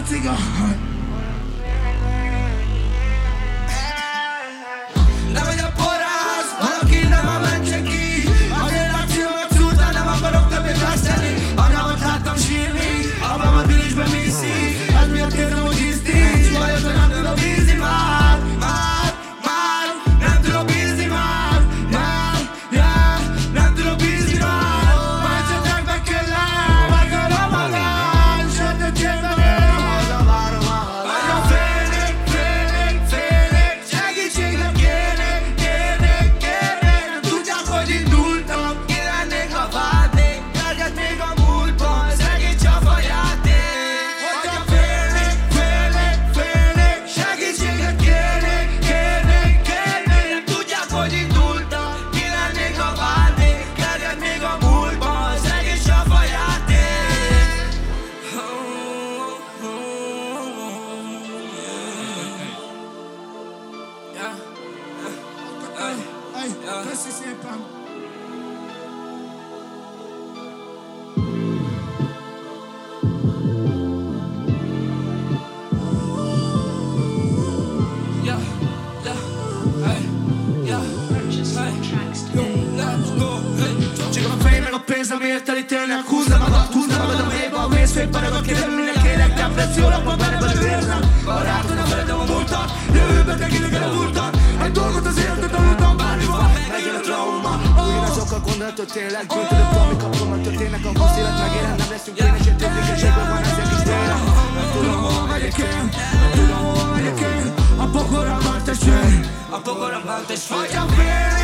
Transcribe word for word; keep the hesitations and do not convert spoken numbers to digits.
ciga. Lemegy a porráz, valaki nem a mentse ki. Azért látszik meg szúrtál, nem akarok többé veszteni. Anyámat láttam sírni, apámat bilincsbe viszi. Ez miatt érzem, hogy hiszti, s vajod, hogy nem tudom bízni már. Már, már, nem tudom bízni már. Már, yeah, nem tudom bízni már. Majd csak meg kellem, akarom magán, sötét jövőn én haza várom a halál. Nagyon félnék, félnék, félnék, segítségnek kérnék, kérnék, kérnék. Nem tudják, hogy indultam, ki lennék, ha várnék, kergetnék a múltban, szegény csafajáték. Hogyha félnék, félnék, félnék, segítségnek kérnék, kérnék, kérnék. Nem tudják, hogy indultam, ki lennék, ha várnék, kergetnék a múltban, szegény csafajáték. Ej, köszi szépen! Ja, ja, ej, ja, ej, jó, let's go, hey. Csak a fej meg a pénz, amiért elítélnek. Húzd le magad, húzd le magad a mélybe, a mész végparag, aki nem mindenkinek depressziónak benne érzem. Barátom, nem feledem a múltat, jövőbe tekintek el a múltat. Egy dolgot az életet tanultam, bármi van, megjön a trauma. Újra sokkal gondolat, hogy tényleg gyűjtődök, ami kapcsolat történnek. A húsz élet megérem, nem leszünk énes, egy ténylegeségben van ezek is tényleg. Nem tudom, hova megyek én, nem tudom, hova megyek én. A pokorra van testvég, a pokorra van testvég. Hogyha félni